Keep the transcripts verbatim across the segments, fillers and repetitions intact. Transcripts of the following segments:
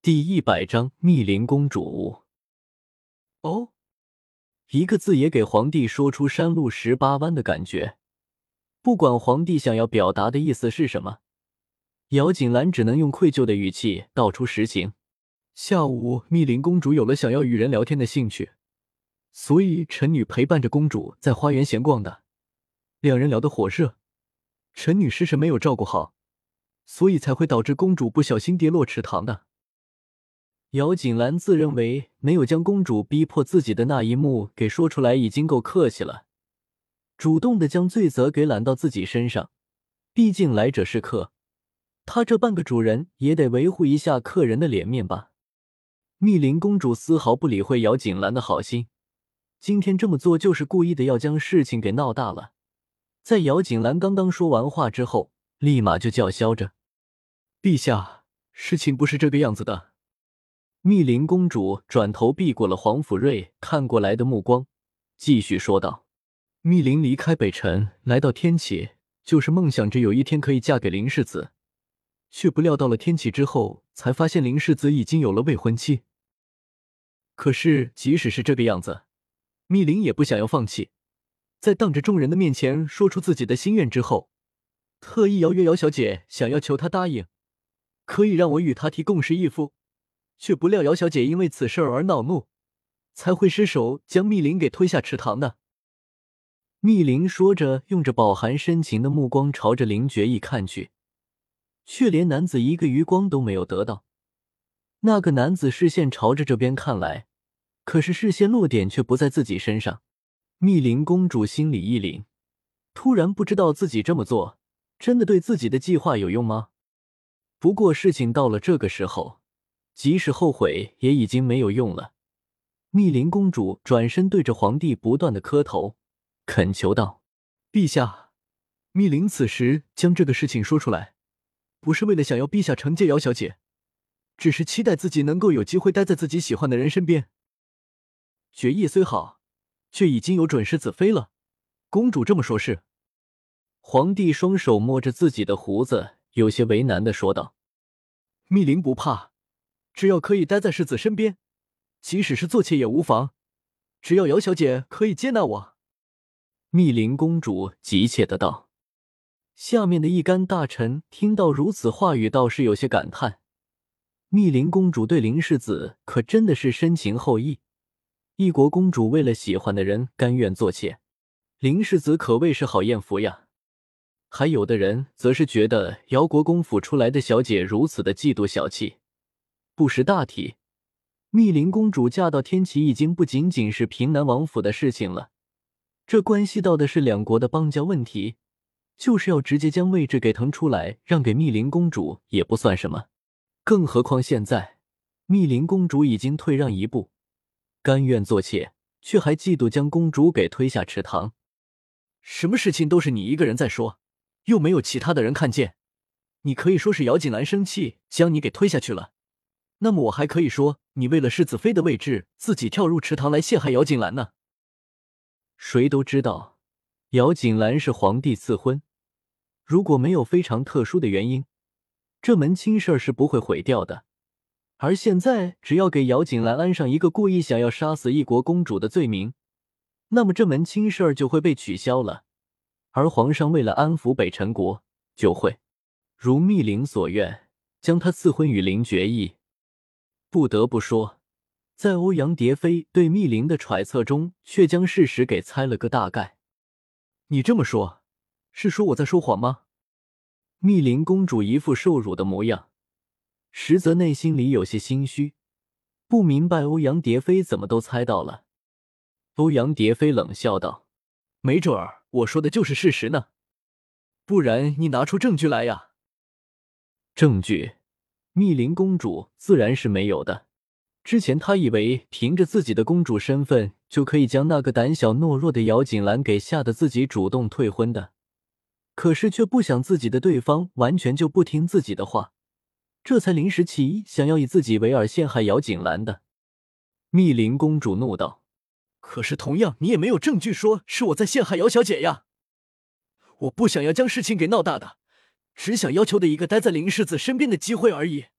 第一百章密林公主。哦，一个字也给皇帝说出山路十八弯的感觉。不管皇帝想要表达的意思是什么，姚锦兰只能用愧疚的语气道出实情。下午密林公主有了想要与人聊天的兴趣，所以臣女陪伴着公主在花园闲逛的。两人聊得火热，臣女失神没有照顾好，所以才会导致公主不小心跌落池塘的。姚锦兰自认为没有将公主逼迫自己的那一幕给说出来已经够客气了，主动的将罪责给揽到自己身上，毕竟来者是客，她这半个主人也得维护一下客人的脸面吧。密林公主丝毫不理会姚锦兰的好心，今天这么做就是故意的要将事情给闹大了。在姚锦兰刚刚说完话之后，立马就叫嚣着：陛下，事情不是这个样子的。密林公主转头避过了黄甫瑞看过来的目光，继续说道：密林离开北辰来到天启，就是梦想着有一天可以嫁给林世子，却不料到了天启之后才发现林世子已经有了未婚妻。可是即使是这个样子，密林也不想要放弃，在当着众人的面前说出自己的心愿之后，特意邀约姚小姐，想要求她答应可以让我与她提共侍一夫，却不料姚小姐因为此事而恼怒，才会失手将密林给推下池塘的。密林说着，用着饱含深情的目光朝着林觉义看去，却连男子一个余光都没有得到。那个男子视线朝着这边看来，可是视线落点却不在自己身上。密林公主心里一凛，突然不知道自己这么做真的对自己的计划有用吗？不过事情到了这个时候，即使后悔也已经没有用了。密林公主转身对着皇帝不断的磕头，恳求道：陛下，密林此时将这个事情说出来，不是为了想要陛下惩戒姚小姐，只是期待自己能够有机会待在自己喜欢的人身边。决议虽好，却已经有准世子妃了，公主这么说是？皇帝双手摸着自己的胡子，有些为难地说道：密林不怕，只要可以待在世子身边，即使是做妾也无妨，只要姚小姐可以接纳我。密林公主急切的道。下面的一干大臣听到如此话语，倒是有些感叹。密林公主对林世子可真的是深情厚谊，一国公主为了喜欢的人甘愿做妾，林世子可谓是好艳福呀。还有的人则是觉得姚国公府出来的小姐如此的嫉妒小气，不识大体。密林公主嫁到天启已经不仅仅是平南王府的事情了，这关系到的是两国的邦交问题，就是要直接将位置给腾出来让给密林公主也不算什么。更何况现在密林公主已经退让一步，甘愿做妾，却还嫉妒将公主给推下池塘。什么事情都是你一个人在说，又没有其他的人看见，你可以说是姚锦兰生气将你给推下去了，那么我还可以说你为了世子妃的位置自己跳入池塘来陷害姚锦兰呢。谁都知道姚锦兰是皇帝赐婚，如果没有非常特殊的原因，这门亲事儿是不会毁掉的。而现在只要给姚锦兰安上一个故意想要杀死一国公主的罪名，那么这门亲事儿就会被取消了，而皇上为了安抚北辰国，就会如密林所愿将她赐婚与林觉义。不得不说，在欧阳蝶飞对密林的揣测中，却将事实给猜了个大概。你这么说，是说我在说谎吗？密林公主一副受辱的模样，实则内心里有些心虚，不明白欧阳蝶飞怎么都猜到了。欧阳蝶飞冷笑道：没准儿我说的就是事实呢，不然你拿出证据来呀。证据密林公主自然是没有的，之前她以为凭着自己的公主身份就可以将那个胆小懦弱的姚锦兰给吓得自己主动退婚的，可是却不想自己的对方完全就不听自己的话，这才临时起意想要以自己为饵陷害姚锦兰的。密林公主怒道：可是同样你也没有证据说是我在陷害姚小姐呀！我不想要将事情给闹大的，只想要求的一个待在林世子身边的机会而已。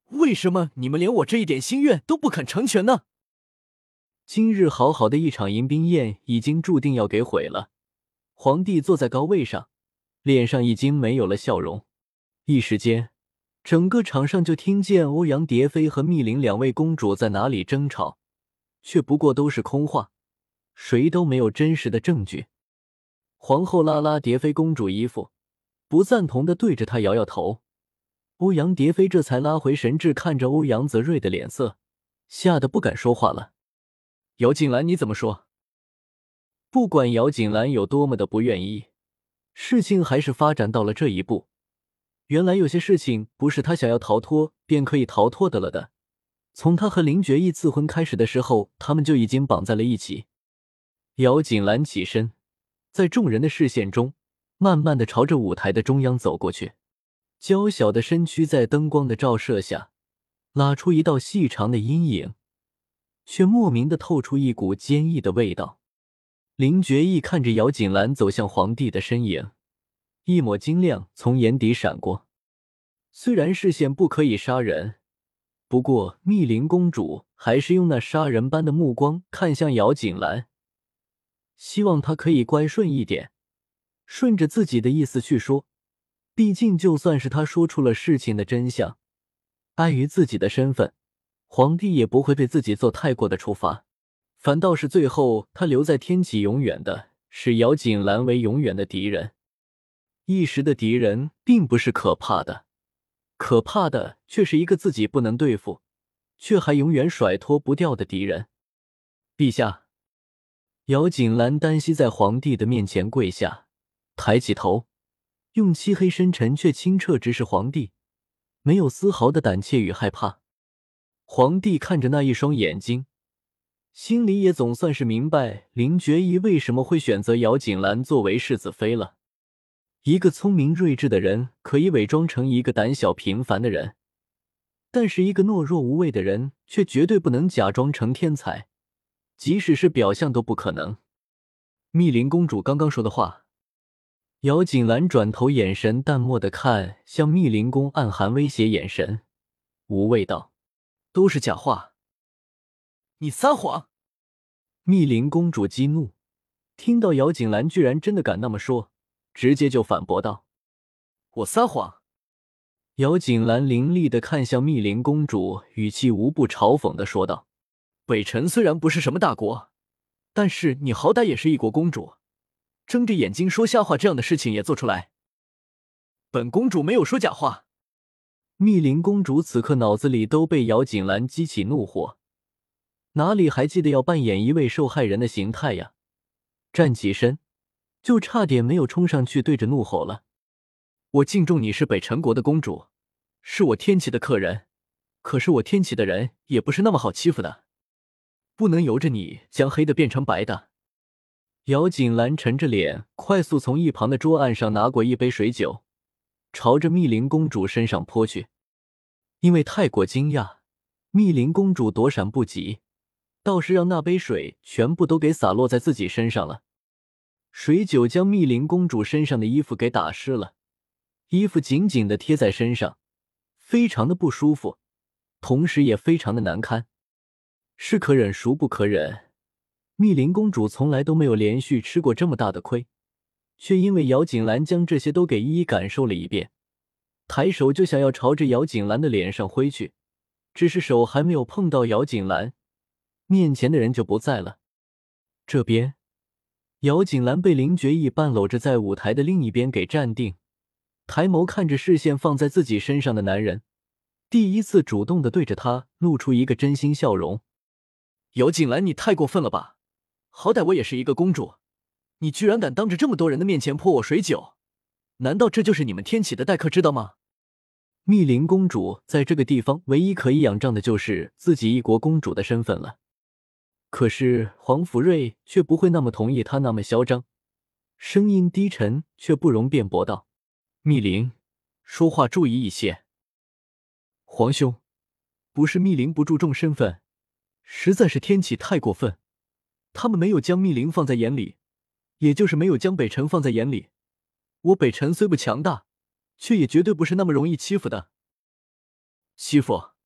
为什么你们连我这一点心愿都不肯成全呢？ 今日好好的一场迎宾宴已经注定要给毁了。皇帝坐在高位上，脸上已经没有了笑容。一时间，整个场上就听见欧阳蝶飞和密林两位公主在哪里争吵，却不过都是空话，谁都没有真实的证据。皇后拉拉蝶飞公主衣服，不赞同的对着她摇摇头。欧阳蝶飞这才拉回神智，看着欧阳泽瑞的脸色，吓得不敢说话了。 姚锦兰，你怎么说？ 不管姚锦兰有多么的不愿意，事情还是发展到了这一步。原来有些事情不是他想要逃脱便可以逃脱的了的。从他和林觉义赐婚开始的时候，他们就已经绑在了一起。姚锦兰起身，在众人的视线中，慢慢的朝着舞台的中央走过去。娇小的身躯在灯光的照射下，拉出一道细长的阴影，却莫名的透出一股坚毅的味道。林觉义看着姚锦兰走向皇帝的身影，一抹晶亮从眼底闪过。虽然视线不可以杀人，不过密林公主还是用那杀人般的目光看向姚锦兰，希望她可以乖顺一点，顺着自己的意思去说。毕竟就算是她说出了事情的真相，碍于自己的身份，皇帝也不会对自己做太过的处罚。反倒是最后他留在天启永远的是姚锦兰为永远的敌人。一时的敌人并不是可怕的，可怕的却是一个自己不能对付，却还永远甩脱不掉的敌人。陛下。姚锦兰单膝在皇帝的面前跪下，抬起头，用漆黑深沉却清澈直视皇帝，没有丝毫的胆怯与害怕。皇帝看着那一双眼睛，心里也总算是明白林觉义为什么会选择姚锦兰作为世子妃了。一个聪明睿智的人可以伪装成一个胆小平凡的人，但是一个懦弱无畏的人却绝对不能假装成天才，即使是表象都不可能。密林公主刚刚说的话。姚锦兰转头，眼神淡漠地看向密林宫，暗含威胁眼神，无畏道：都是假话。 你撒谎！ 密林公主激怒，听到姚锦兰居然真的敢那么说，直接就反驳道： 我撒谎！ 姚锦兰凌厉地看向密林公主，语气无不嘲讽地说道： 北辰虽然不是什么大国，但是你好歹也是一国公主，睁着眼睛说瞎话这样的事情也做出来。本公主没有说假话。 密林公主此刻脑子里都被姚锦兰激起怒火，哪里还记得要扮演一位受害人的形态呀？站起身，就差点没有冲上去对着怒吼了。 我敬重你是北辰国的公主，是我天启的客人，可是我天启的人也不是那么好欺负的，不能由着你将黑的变成白的。 姚锦兰沉着脸，快速从一旁的桌案上拿过一杯水酒，朝着密林公主身上泼去。因为太过惊讶，密林公主躲闪不及，倒是让那杯水全部都给洒落在自己身上了。水酒将密林公主身上的衣服给打湿了，衣服紧紧地贴在身上，非常的不舒服，同时也非常的难堪。是可忍孰不可忍，密林公主从来都没有连续吃过这么大的亏，却因为姚锦兰将这些都给一一感受了一遍，抬手就想要朝着姚锦兰的脸上挥去，只是手还没有碰到姚锦兰，面前的人就不在了。这边姚锦兰被林觉义半搂着在舞台的另一边给站定，抬眸看着视线放在自己身上的男人，第一次主动的对着他露出一个真心笑容。 姚锦兰，你太过分了吧，好歹我也是一个公主，你居然敢当着这么多人的面前泼我水酒，难道这就是你们天启的待客之道吗？ 密林公主在这个地方唯一可以仰仗的就是自己一国公主的身份了，可是黄甫瑞却不会那么同意她那么嚣张，声音低沉却不容辩驳道： 密林，说话注意一些。 皇兄，不是密林不注重身份，实在是天启太过分，他们没有将密林放在眼里，也就是没有将北辰放在眼里。我北辰虽不强大，却也绝对不是那么容易欺负的。 欺负？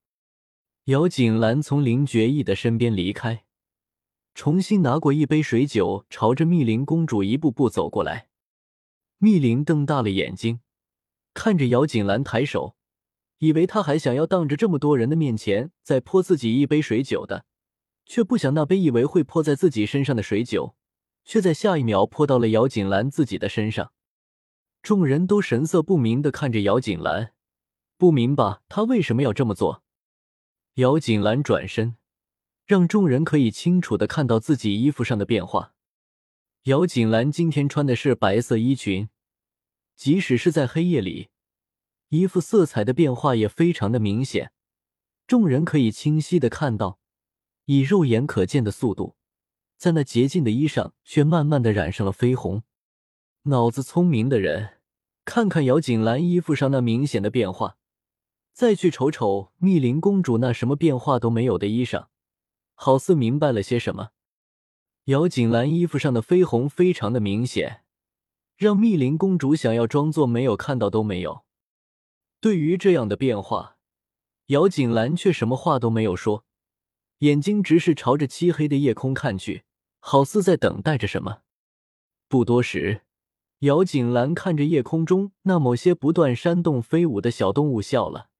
姚锦兰从林觉意的身边离开，重新拿过一杯水酒，朝着密林公主一步步走过来。密林瞪大了眼睛，看着姚锦兰抬手，以为他还想要当着这么多人的面前再泼自己一杯水酒的，却不想那杯以为会泼在自己身上的水酒，却在下一秒泼到了姚锦兰自己的身上。众人都神色不明地看着姚锦兰，不明白他为什么要这么做。姚锦兰转身，让众人可以清楚地看到自己衣服上的变化。姚锦兰今天穿的是白色衣裙，即使是在黑夜里，衣服色彩的变化也非常的明显，众人可以清晰地看到，以肉眼可见的速度，在那洁净的衣上却慢慢地染上了绯红。脑子聪明的人，看看姚锦兰衣服上那明显的变化，再去瞅瞅密林公主那什么变化都没有的衣裳，好似明白了些什么。姚锦兰衣服上的绯红非常的明显，让密林公主想要装作没有看到都没有。对于这样的变化，姚锦兰却什么话都没有说，眼睛直视朝着漆黑的夜空看去，好似在等待着什么。不多时，姚锦兰看着夜空中那某些不断扇动飞舞的小动物笑了。